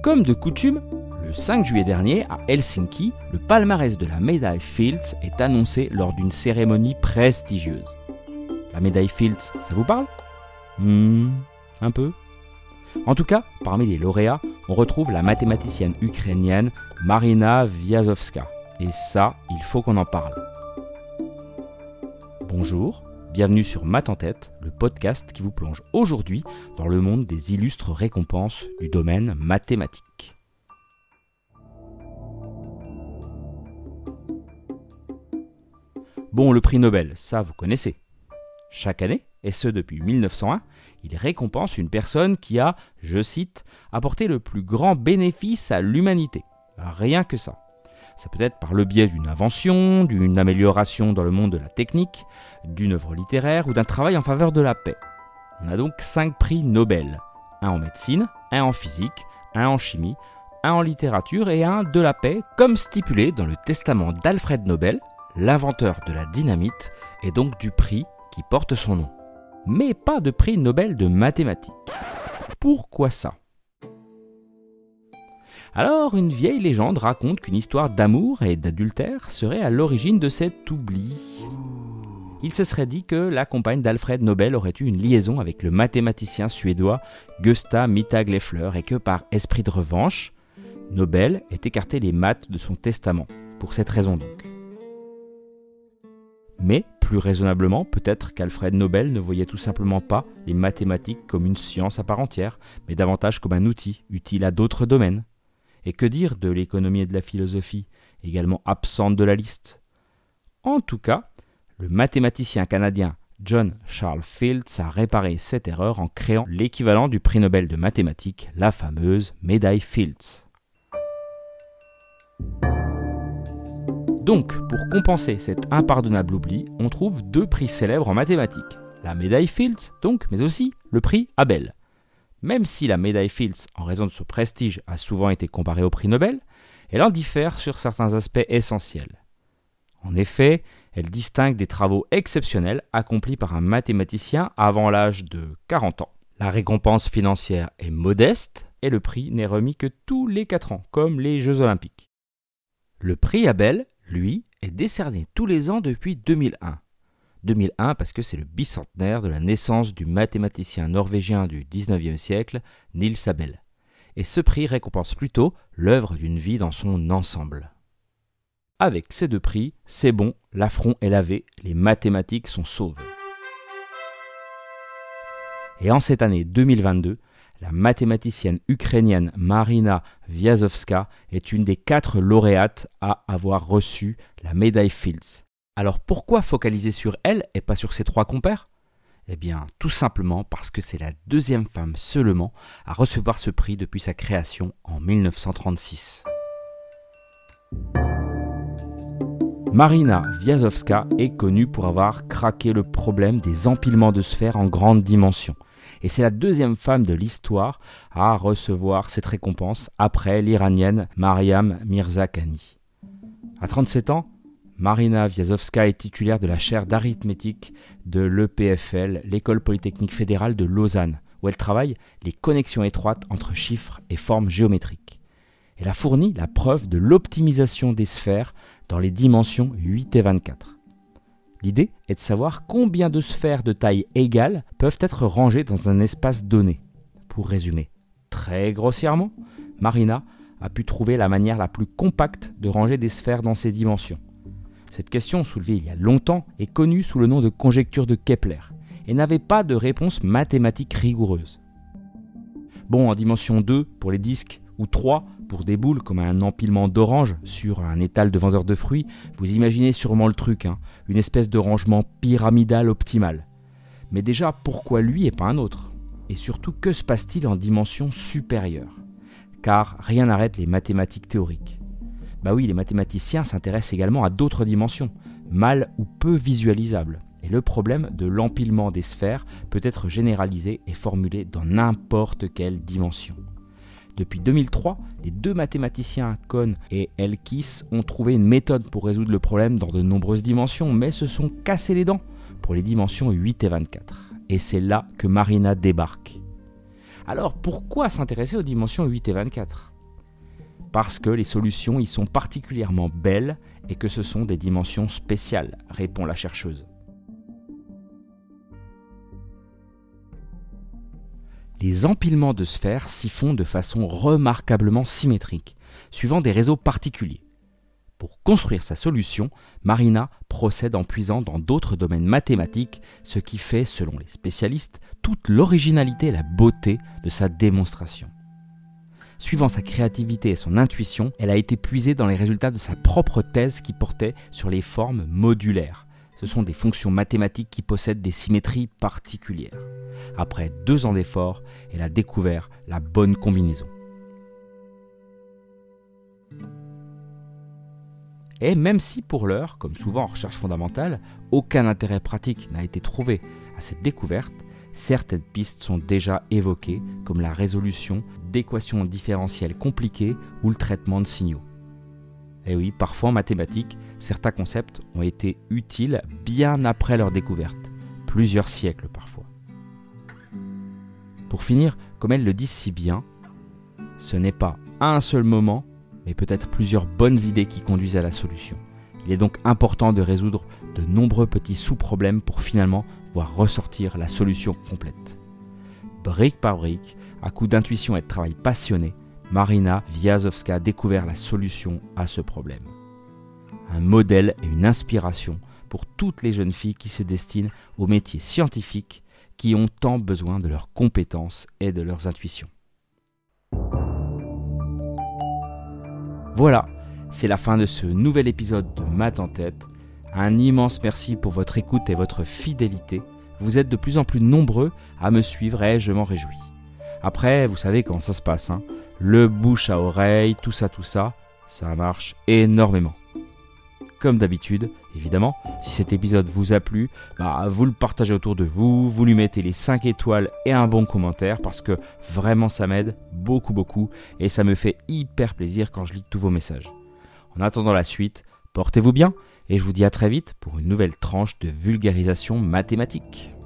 Comme de coutume, le 5 juillet dernier, à Helsinki, le palmarès de la médaille Fields est annoncé lors d'une cérémonie prestigieuse. La médaille Fields, ça vous parle ? Un peu. En tout cas, parmi les lauréats, on retrouve la mathématicienne ukrainienne Marina Viazovska. Et ça, il faut qu'on en parle. Bonjour, bienvenue sur Maths en tête, le podcast qui vous plonge aujourd'hui dans le monde des illustres récompenses du domaine mathématique. Bon, le prix Nobel, ça vous connaissez. Chaque année, et ce depuis 1901, il récompense une personne qui a, je cite, apporté le plus grand bénéfice à l'humanité. Rien que ça. Ça peut être par le biais d'une invention, d'une amélioration dans le monde de la technique, d'une œuvre littéraire ou d'un travail en faveur de la paix. On a donc 5 prix Nobel. Un en médecine, un en physique, un en chimie, un en littérature et un de la paix, comme stipulé dans le testament d'Alfred Nobel, l'inventeur de la dynamite et donc du prix qui porte son nom. Mais pas de prix Nobel de mathématiques. Pourquoi ça ? Alors, une vieille légende raconte qu'une histoire d'amour et d'adultère serait à l'origine de cet oubli. Il se serait dit que la compagne d'Alfred Nobel aurait eu une liaison avec le mathématicien suédois Gösta Mittag-Leffler et que par esprit de revanche, Nobel ait écarté les maths de son testament, pour cette raison donc. Mais, plus raisonnablement, peut-être qu'Alfred Nobel ne voyait tout simplement pas les mathématiques comme une science à part entière, mais davantage comme un outil utile à d'autres domaines. Et que dire de l'économie et de la philosophie, également absentes de la liste ? En tout cas, le mathématicien canadien John Charles Fields a réparé cette erreur en créant l'équivalent du prix Nobel de mathématiques, la fameuse médaille Fields. Donc, pour compenser cet impardonnable oubli, on trouve 2 prix célèbres en mathématiques. La médaille Fields, donc, mais aussi le prix Abel. Même si la médaille Fields, en raison de son prestige, a souvent été comparée au prix Nobel, elle en diffère sur certains aspects essentiels. En effet, elle distingue des travaux exceptionnels accomplis par un mathématicien avant l'âge de 40 ans. La récompense financière est modeste et le prix n'est remis que tous les 4 ans, comme les Jeux Olympiques. Le prix Abel, lui, est décerné tous les ans depuis 2001. 2001 parce que c'est le bicentenaire de la naissance du mathématicien norvégien du 19e siècle, Niels Abel. Et ce prix récompense plutôt l'œuvre d'une vie dans son ensemble. Avec ces 2 prix, c'est bon, l'affront est lavé, les mathématiques sont sauvées. Et en cette année 2022, la mathématicienne ukrainienne Marina Viazovska est une des 4 lauréates à avoir reçu la médaille Fields. Alors pourquoi focaliser sur elle et pas sur ses 3 compères ? Eh bien, tout simplement parce que c'est la 2e femme seulement à recevoir ce prix depuis sa création en 1936. Marina Viazovska est connue pour avoir craqué le problème des empilements de sphères en grande dimension. Et c'est la 2e femme de l'histoire à recevoir cette récompense après l'Iranienne Maryam Mirzakhani. À 37 ans, Marina Viazovska est titulaire de la chaire d'arithmétique de l'EPFL, l'École Polytechnique Fédérale de Lausanne, où elle travaille les connexions étroites entre chiffres et formes géométriques. Elle a fourni la preuve de l'optimisation des sphères dans les dimensions 8 et 24. L'idée est de savoir combien de sphères de taille égale peuvent être rangées dans un espace donné. Pour résumer, très grossièrement, Marina a pu trouver la manière la plus compacte de ranger des sphères dans ces dimensions. Cette question, soulevée il y a longtemps, est connue sous le nom de conjecture de Kepler et n'avait pas de réponse mathématique rigoureuse. Bon, en dimension 2 pour les disques ou 3 pour des boules comme un empilement d'oranges sur un étal de vendeur de fruits, vous imaginez sûrement le truc, une espèce de rangement pyramidal optimal. Mais déjà, pourquoi lui et pas un autre ? Et surtout, que se passe-t-il en dimension supérieure ? Car rien n'arrête les mathématiques théoriques. Bah oui, les mathématiciens s'intéressent également à d'autres dimensions, mal ou peu visualisables. Et le problème de l'empilement des sphères peut être généralisé et formulé dans n'importe quelle dimension. Depuis 2003, les 2 mathématiciens Kohn et Elkis ont trouvé une méthode pour résoudre le problème dans de nombreuses dimensions, mais se sont cassés les dents pour les dimensions 8 et 24. Et c'est là que Marina débarque. Alors pourquoi s'intéresser aux dimensions 8 et 24 ? Parce que les solutions y sont particulièrement belles et que ce sont des dimensions spéciales, répond la chercheuse. Les empilements de sphères s'y font de façon remarquablement symétrique, suivant des réseaux particuliers. Pour construire sa solution, Marina procède en puisant dans d'autres domaines mathématiques, ce qui fait, selon les spécialistes, toute l'originalité et la beauté de sa démonstration. Suivant sa créativité et son intuition, elle a été puisée dans les résultats de sa propre thèse qui portait sur les formes modulaires. Ce sont des fonctions mathématiques qui possèdent des symétries particulières. Après 2 ans d'efforts, elle a découvert la bonne combinaison. Et même si pour l'heure, comme souvent en recherche fondamentale, aucun intérêt pratique n'a été trouvé à cette découverte, certaines pistes sont déjà évoquées, comme la résolution d'équations différentielles compliquées ou le traitement de signaux. Et oui, parfois en mathématiques, certains concepts ont été utiles bien après leur découverte, plusieurs siècles parfois. Pour finir, comme elles le disent si bien, ce n'est pas un seul moment, mais peut-être plusieurs bonnes idées qui conduisent à la solution. Il est donc important de résoudre de nombreux petits sous-problèmes pour finalement voir ressortir la solution complète. Brique par brique, à coup d'intuition et de travail passionné, Marina Viazovska a découvert la solution à ce problème. Un modèle et une inspiration pour toutes les jeunes filles qui se destinent aux métiers scientifiques, qui ont tant besoin de leurs compétences et de leurs intuitions. Voilà, c'est la fin de ce nouvel épisode de Maths en tête. Un immense merci pour votre écoute et votre fidélité. Vous êtes de plus en plus nombreux à me suivre et je m'en réjouis. Après, vous savez comment ça se passe, hein. Le bouche à oreille, tout ça, ça marche énormément. Comme d'habitude, évidemment, si cet épisode vous a plu, vous le partagez autour de vous, vous lui mettez les 5 étoiles et un bon commentaire parce que vraiment ça m'aide beaucoup et ça me fait hyper plaisir quand je lis tous vos messages. En attendant la suite, portez-vous bien et je vous dis à très vite pour une nouvelle tranche de vulgarisation mathématique.